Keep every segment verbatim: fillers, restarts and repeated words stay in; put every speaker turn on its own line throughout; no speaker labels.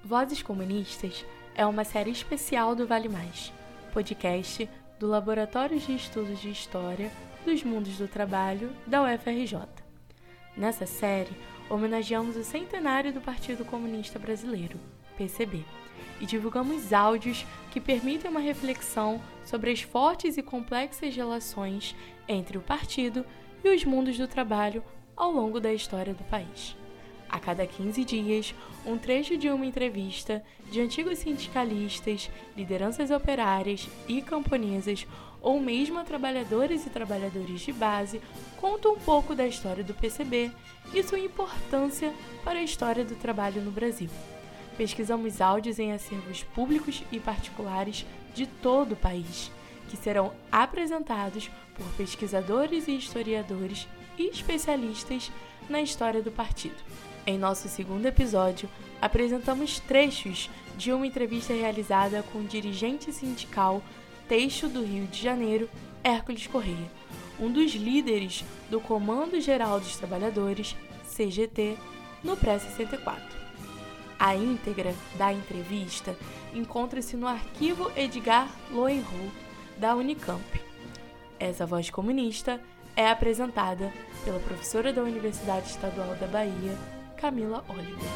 Vozes Comunistas é uma série especial do Vale Mais, podcast do Laboratório de Estudos de História dos Mundos do Trabalho da U F R J. Nessa série, homenageamos o centenário do Partido Comunista Brasileiro, P C B, e divulgamos áudios que permitem uma reflexão sobre as fortes e complexas relações entre o partido e os mundos do trabalho ao longo da história do país. A cada quinze dias, um trecho de uma entrevista de antigos sindicalistas, lideranças operárias e camponesas, ou mesmo a trabalhadores e trabalhadores de base, conta um pouco da história do P C B e sua importância para a história do trabalho no Brasil. Pesquisamos áudios em acervos públicos e particulares de todo o país, que serão apresentados por pesquisadores e historiadores e especialistas na história do partido. Em nosso segundo episódio, apresentamos trechos de uma entrevista realizada com o dirigente sindical Têxtil do Rio de Janeiro, Hércules Corrêa, um dos líderes do Comando Geral dos Trabalhadores, C G T, no pré sessenta e quatro. A íntegra da entrevista encontra-se no arquivo Edgar Lohenroth, da Unicamp. Essa voz comunista é apresentada pela professora da Universidade Estadual da Bahia, Camila Oliver.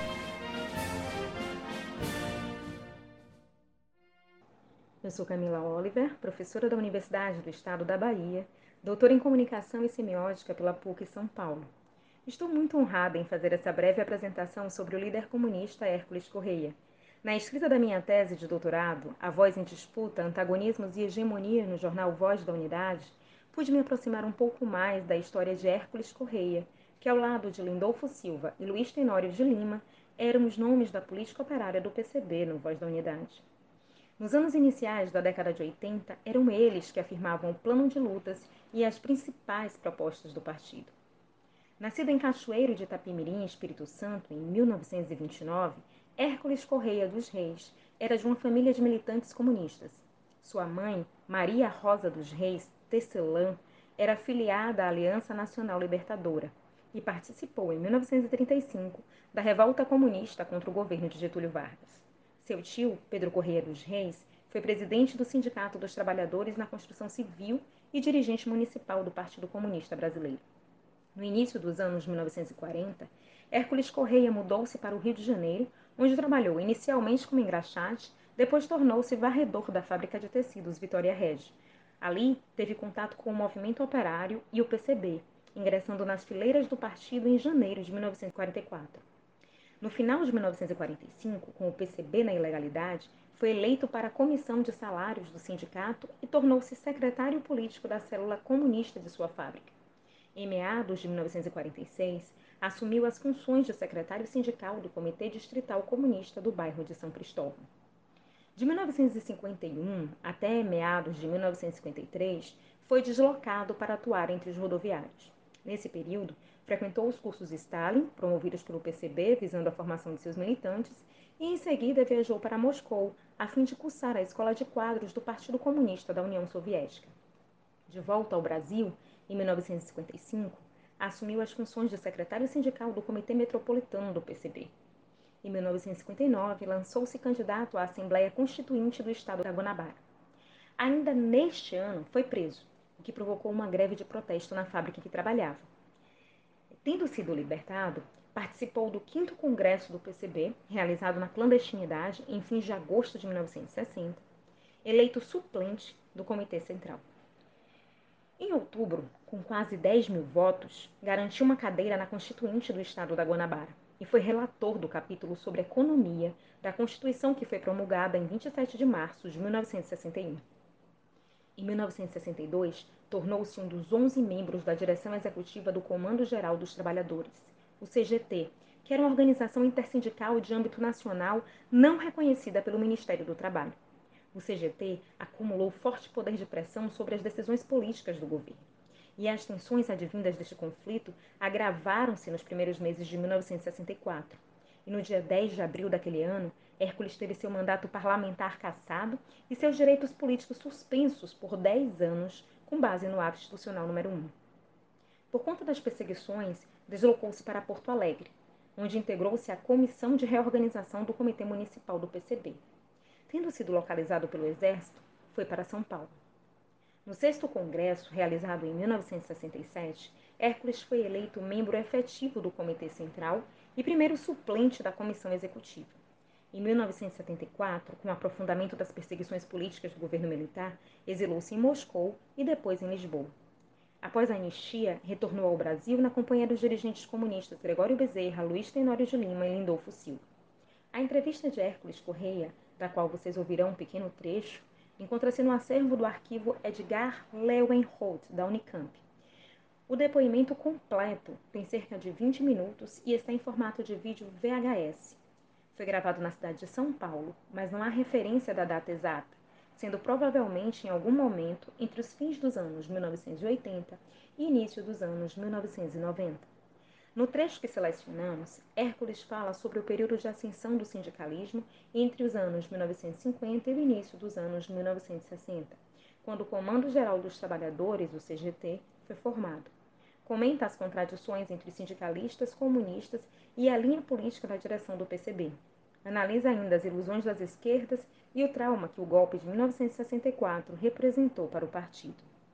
Eu sou Camila Oliver, professora da Universidade do Estado da Bahia, doutora em Comunicação e Semiótica pela P U C São Paulo. Estou muito honrada em fazer essa breve apresentação sobre o líder comunista Hércules Corrêa. Na escrita da minha tese de doutorado, A Voz em Disputa, Antagonismos e Hegemonia no jornal Voz da Unidade, pude me aproximar um pouco mais da história de Hércules Corrêa, que ao lado de Lindolfo Silva e Luiz Tenório de Lima, eram os nomes da política operária do P C B no Voz da Unidade. Nos anos iniciais da década de oitenta, eram eles que afirmavam o plano de lutas e as principais propostas do partido. Nascido em Cachoeiro de Itapemirim, Espírito Santo, em mil novecentos e vinte e nove, Hércules Corrêa dos Reis era de uma família de militantes comunistas. Sua mãe, Maria Rosa dos Reis Tecelã, era afiliada à Aliança Nacional Libertadora e participou, em mil novecentos e trinta e cinco, da revolta comunista contra o governo de Getúlio Vargas. Seu tio, Pedro Corrêa dos Reis, foi presidente do Sindicato dos Trabalhadores na Construção Civil e dirigente municipal do Partido Comunista Brasileiro. No início dos anos mil novecentos e quarenta, Hércules Corrêa mudou-se para o Rio de Janeiro, onde trabalhou inicialmente como engraxate, depois tornou-se varredor da fábrica de tecidos Vitória Regia. Ali, teve contato com o movimento operário e o P C B, ingressando nas fileiras do partido em janeiro de mil novecentos e quarenta e quatro. No final de mil novecentos e quarenta e cinco, com o P C B na ilegalidade, foi eleito para a Comissão de Salários do sindicato e tornou-se secretário político da célula comunista de sua fábrica. Em meados de mil novecentos e quarenta e seis, assumiu as funções de secretário sindical do Comitê Distrital Comunista do bairro de São Cristóvão. De mil novecentos e cinquenta e um até meados de mil novecentos e cinquenta e três, foi deslocado para atuar entre os rodoviários. Nesse período, frequentou os cursos Stalin, promovidos pelo P C B visando a formação de seus militantes, e em seguida viajou para Moscou, a fim de cursar a Escola de Quadros do Partido Comunista da União Soviética. De volta ao Brasil, em mil novecentos e cinquenta e cinco, assumiu as funções de secretário sindical do Comitê Metropolitano do P C B. Em mil novecentos e cinquenta e nove, lançou-se candidato à Assembleia Constituinte do Estado da Guanabara. Ainda neste ano, foi preso, o que provocou uma greve de protesto na fábrica em que trabalhava. Tendo sido libertado, participou do quinto Congresso do P C B, realizado na clandestinidade em fins de agosto de mil novecentos e sessenta, eleito suplente do Comitê Central. Em outubro, com quase dez mil votos, garantiu uma cadeira na Constituinte do Estado da Guanabara e foi relator do capítulo sobre economia da Constituição que foi promulgada em vinte e sete de março de mil novecentos e sessenta e um. Em mil novecentos e sessenta e dois, tornou-se um dos onze membros da direção executiva do Comando Geral dos Trabalhadores, o C G T, que era uma organização intersindical de âmbito nacional não reconhecida pelo Ministério do Trabalho. O C G T acumulou forte poder de pressão sobre as decisões políticas do governo. E as tensões advindas deste conflito agravaram-se nos primeiros meses de mil novecentos e sessenta e quatro. E no dia dez de abril daquele ano, Hércules teve seu mandato parlamentar cassado e seus direitos políticos suspensos por dez anos, com base no ato institucional número um. Por conta das perseguições, deslocou-se para Porto Alegre. onde integrou-se à Comissão de Reorganização do Comitê Municipal do P C B. Tendo sido localizado pelo Exército, foi para São Paulo. No sexto congresso, realizado em mil novecentos e sessenta e sete, Hércules foi eleito membro efetivo do Comitê Central e primeiro suplente da Comissão Executiva. Em mil novecentos e setenta e quatro, com o aprofundamento das perseguições políticas do governo militar, exilou-se em Moscou e depois em Lisboa. Após a anistia, retornou ao Brasil na companhia dos dirigentes comunistas Gregório Bezerra, Luiz Tenório de Lima e Lindolfo Silva. A entrevista de Hércules Correia, da qual vocês ouvirão um pequeno trecho, encontra-se no acervo do arquivo Edgar Leeuwenhoek, da Unicamp. O depoimento completo tem cerca de vinte minutos e está em formato de vídeo V H S. Foi gravado na cidade de São Paulo, mas não há referência da data exata, sendo provavelmente em algum momento entre os fins dos anos mil novecentos e oitenta e início dos anos mil novecentos e noventa. No trecho que selecionamos, Hércules fala sobre o período de ascensão do sindicalismo entre os anos mil novecentos e cinquenta e o início dos anos mil novecentos e sessenta, quando o Comando Geral dos Trabalhadores, o C G T, foi formado. Comenta as contradições entre sindicalistas, comunistas e a linha política da direção do P C B. Analisa ainda as ilusões das esquerdas e o trauma que o golpe de mil novecentos e sessenta e quatro representou para o partido.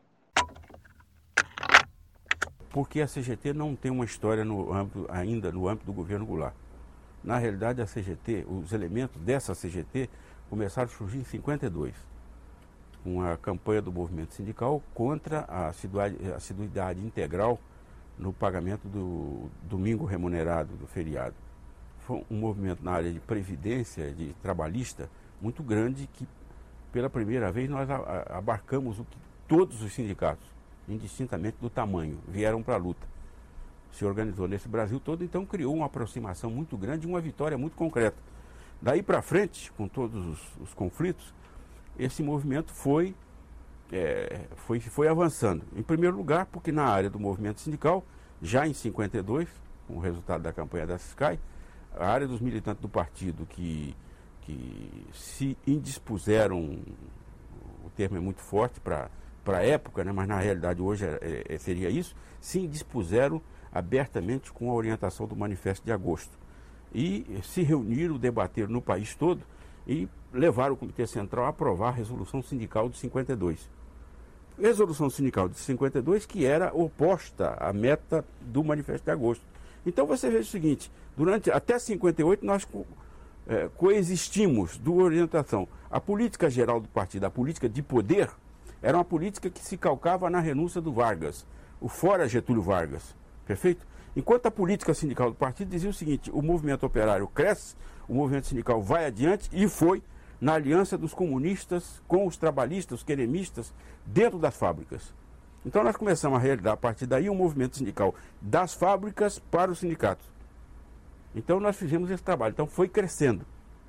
Porque a C G T não tem uma história no âmbito, ainda no âmbito do governo Goulart. Na realidade, a C G T, os elementos dessa C G T começaram a surgir em cinquenta e dois, com a campanha do movimento sindical contra a assiduidade, assiduidade integral no pagamento do domingo remunerado, do feriado. Foi um movimento na área de previdência, de trabalhista, muito grande, que pela primeira vez nós abarcamos o que todos os sindicatos, indistintamente do tamanho, vieram para a luta. Se organizou nesse Brasil todo, então criou uma aproximação muito grande e uma vitória muito concreta. Daí para frente, com todos os, os conflitos, esse movimento foi, é, foi, foi avançando. Em primeiro lugar, porque na área do movimento sindical, já em cinquenta e dois, com o resultado da campanha da SCAI, a área dos militantes do partido que, que se indispuseram, o termo é muito forte para para a época, né, mas na realidade hoje é, é, seria isso, se indispuseram abertamente com a orientação do Manifesto de Agosto. E se reuniram, debateram no país todo e levaram o Comitê Central a aprovar a Resolução Sindical de cinquenta e dois. Resolução Sindical de cinquenta e dois que era oposta à meta do Manifesto de Agosto. Então você vê o seguinte, durante até cinquenta e oito nós co, é, coexistimos do orientação. A política geral do partido, a política de poder, era uma política que se calcava na renúncia do Vargas, o fora Getúlio Vargas, perfeito? Enquanto a política sindical do partido dizia o seguinte, o movimento operário cresce, o movimento sindical vai adiante e foi na aliança dos comunistas com os trabalhistas, os queremistas, dentro das fábricas. Então nós começamos a realizar a partir daí um movimento sindical das fábricas para os sindicatos. Então nós fizemos esse trabalho, então foi crescendo.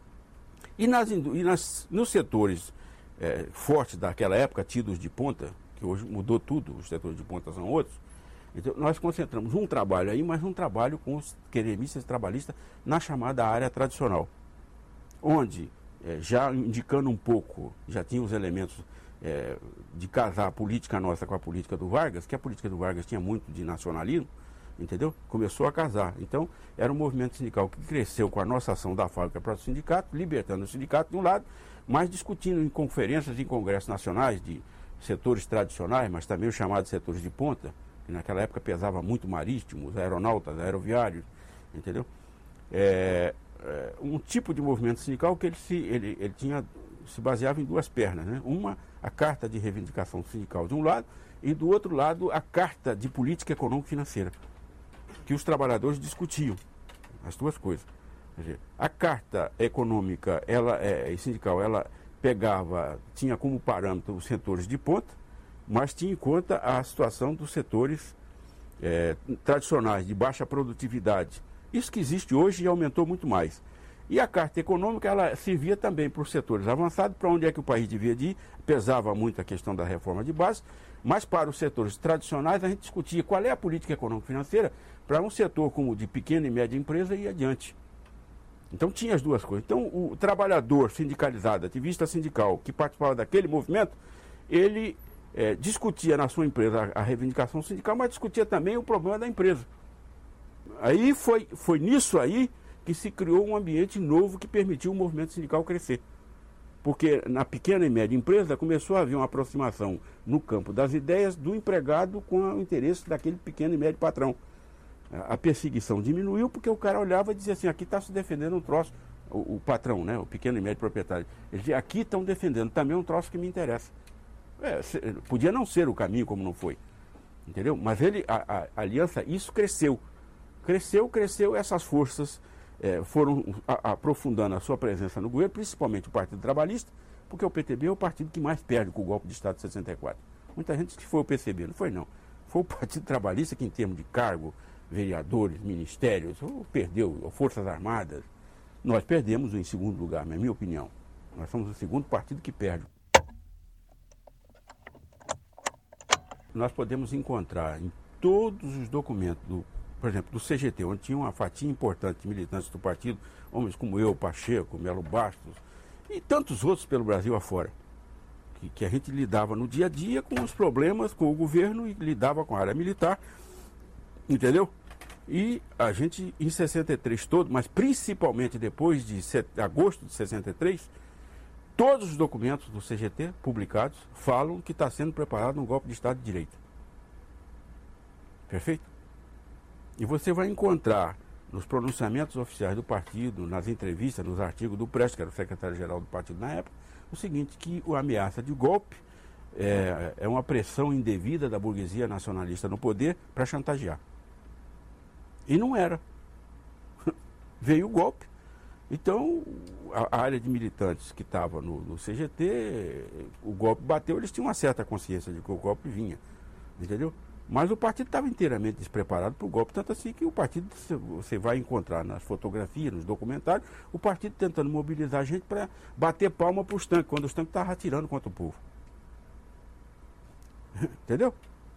E, nas, e nas, nos setores É, fortes daquela época, tidos de ponta, que hoje mudou tudo, os setores de ponta são outros. Então, nós concentramos um trabalho aí, mas um trabalho com os queremistas e trabalhistas na chamada área tradicional, onde, é, já indicando um pouco, já tinha os elementos é, de casar a política nossa com a política do Vargas, que a política do Vargas tinha muito de nacionalismo, entendeu? Começou a casar. Então, era um movimento sindical que cresceu com a nossa ação da fábrica para o sindicato, libertando o sindicato de um lado, mas discutindo em conferências e em congressos nacionais de setores tradicionais, mas também os chamados setores de ponta, que naquela época pesava muito marítimos, aeronautas, aeroviários, entendeu? É, é, um tipo de movimento sindical que ele se, ele, ele tinha, se baseava em duas pernas, né? Uma, a carta de reivindicação sindical de um lado, e do outro lado, a carta de política econômica e financeira, que os trabalhadores discutiam, as duas coisas. Quer dizer, a carta econômica ela, é, e sindical, ela pegava, tinha como parâmetro os setores de ponta, mas tinha em conta a situação dos setores é, tradicionais, de baixa produtividade. Isso que existe hoje e aumentou muito mais. E a carta econômica, ela servia também para os setores avançados, para onde é que o país devia ir, pesava muito a questão da reforma de base, mas para os setores tradicionais a gente discutia qual é a política econômica financeira para um setor como o de pequena e média empresa ir adiante. Então tinha as duas coisas. Então o trabalhador sindicalizado, ativista sindical, que participava daquele movimento, ele é, discutia na sua empresa a, a reivindicação sindical, mas discutia também o problema da empresa. Aí foi, foi nisso aí que se criou um ambiente novo que permitiu o movimento sindical crescer. Porque na pequena e média empresa começou a haver uma aproximação no campo das ideias do empregado com o interesse daquele pequeno e médio patrão. A perseguição diminuiu porque o cara olhava e dizia assim, aqui está se defendendo um troço, o, o patrão, né, o pequeno e médio proprietário. Ele dizia, aqui estão defendendo também um troço que me interessa. É, se, podia não ser o caminho como não foi, entendeu? Mas ele, a, a, a aliança, isso cresceu. Cresceu, cresceu, essas forças é, foram a, aprofundando a sua presença no governo, principalmente o Partido Trabalhista, porque o P T B é o partido que mais perde com o golpe de Estado de sessenta e quatro. Muita gente disse que foi o P C B, não foi não. Foi o Partido Trabalhista que, em termos de cargo, vereadores, ministérios, perdeu, Forças Armadas. Nós perdemos em segundo lugar, na minha opinião. Nós somos o segundo partido que perde. Nós podemos encontrar em todos os documentos, do, por exemplo, do C G T, onde tinha uma fatia importante de militantes do partido, homens como eu, Pacheco, Melo Bastos, e tantos outros pelo Brasil afora, que, que a gente lidava no dia a dia com os problemas com o governo e lidava com a área militar, entendeu? E a gente, em sessenta e três todo, mas principalmente depois de set... agosto de sessenta e três, todos os documentos do C G T publicados falam que está sendo preparado um golpe de Estado de Direita. Perfeito? E você vai encontrar nos pronunciamentos oficiais do partido, nas entrevistas, nos artigos do Prestes, que era o secretário-geral do partido na época, o seguinte, que a ameaça de golpe é, é uma pressão indevida da burguesia nacionalista no poder para chantagear. E não era. Veio o golpe. Então, a, a área de militantes que estava no, no C G T, o golpe bateu, eles tinham uma certa consciência de que o golpe vinha. Entendeu? Mas o partido estava inteiramente despreparado para o golpe, tanto assim que o partido, você vai encontrar nas fotografias, nos documentários, o partido tentando mobilizar a gente para bater palma para os tanques, quando os tanques estavam atirando contra o povo. Entendeu?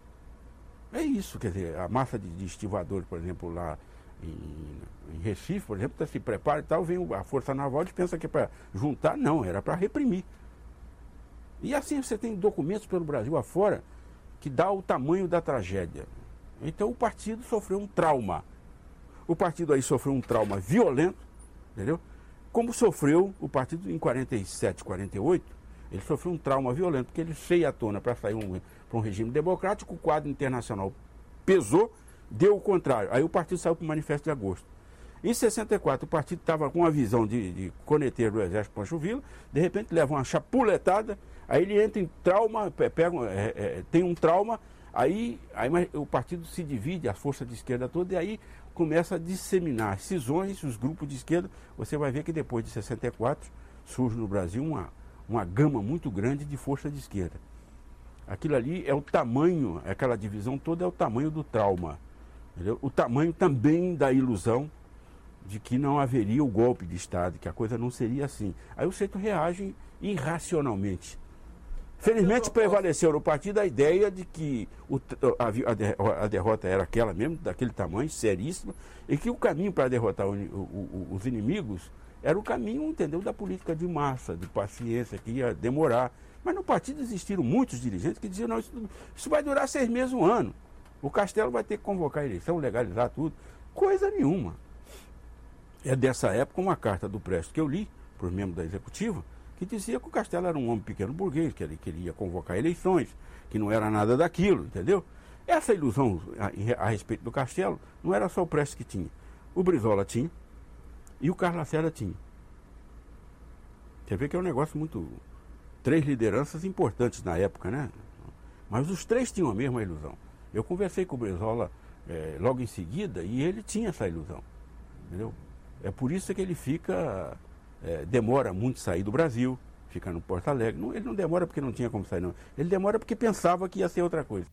É isso, quer dizer, a massa de, de estivadores, por exemplo, lá em, em Recife, por exemplo, se prepara e tal, vem a Força Naval e pensa que é para juntar, não, era para reprimir. E assim você tem documentos pelo Brasil afora que dá o tamanho da tragédia. Então o partido sofreu um trauma. O partido aí sofreu um trauma violento, entendeu? Como sofreu o partido em quarenta e sete, quarenta e oito, ele sofreu um trauma violento, porque ele veio à tona para sair um, para um regime democrático, o quadro internacional pesou, deu o contrário. Aí o partido saiu para o Manifesto de Agosto. Em sessenta e quatro, o partido estava com a visão de, de coneteiro do Exército Pancho Villa, de repente leva uma chapuletada, aí ele entra em trauma, pega, é, é, tem um trauma, aí, aí o partido se divide, as forças de esquerda todas, e aí começa a disseminar cisões, os grupos de esquerda. Você vai ver que depois de sessenta e quatro surge no Brasil uma, uma gama muito grande de força de esquerda. Aquilo ali é o tamanho, aquela divisão toda é o tamanho do trauma, entendeu? O tamanho também da ilusão de que não haveria o golpe de Estado, que a coisa não seria assim. Aí o centro reage irracionalmente. Felizmente prevaleceu no partido a ideia de que o, a, a derrota era aquela mesmo, daquele tamanho, seríssima, e que o caminho para derrotar o, o, os inimigos era o caminho, entendeu, da política de massa, de paciência, que ia demorar. Mas no partido existiram muitos dirigentes que diziam, não, isso, isso vai durar seis meses, um ano. O Castelo vai ter que convocar a eleição, legalizar tudo. Coisa nenhuma. É dessa época uma carta do Prestes que eu li, por membro da executiva, que dizia que o Castelo era um homem pequeno burguês, que ele queria convocar eleições, que não era nada daquilo, entendeu? Essa ilusão a, a respeito do Castelo não era só o Prestes que tinha. O Brizola tinha e o Carlos Lacerda tinha. Você vê que é um negócio muito... Três lideranças importantes na época, né? Mas os três tinham a mesma ilusão. Eu conversei com o Brizola é, logo em seguida e ele tinha essa ilusão, entendeu? É por isso que ele fica... É, demora muito sair do Brasil, fica no Porto Alegre. Não, ele não demora porque não tinha como sair, não. Ele demora porque pensava que ia ser outra coisa.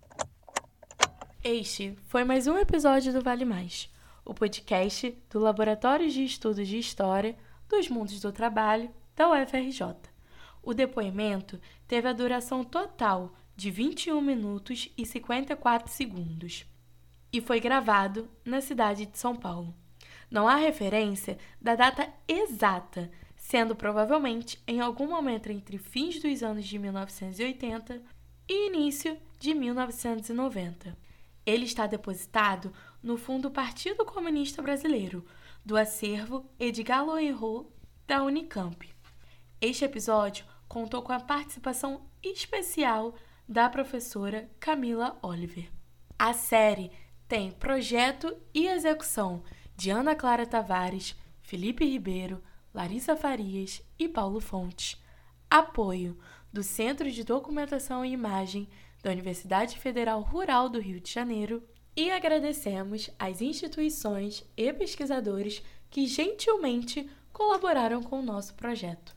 Este foi mais um episódio do Vale Mais, o podcast do Laboratório de Estudos de História dos Mundos do Trabalho da U F R J. O depoimento teve a duração total de vinte e um minutos e cinquenta e quatro segundos e foi gravado na cidade de São Paulo. Não há referência da data exata, sendo provavelmente em algum momento entre fins dos anos de mil novecentos e oitenta e início de mil novecentos e noventa. Ele está depositado no Fundo Partido Comunista Brasileiro, do acervo Edgar Loureiro, da Unicamp. Este episódio contou com a participação especial da professora Camila Oliver. A série tem projeto e execução de Ana Clara Tavares, Felipe Ribeiro, Larissa Farias e Paulo Fontes. Apoio do Centro de Documentação e Imagem da Universidade Federal Rural do Rio de Janeiro. E agradecemos às instituições e pesquisadores que gentilmente colaboraram com o nosso projeto.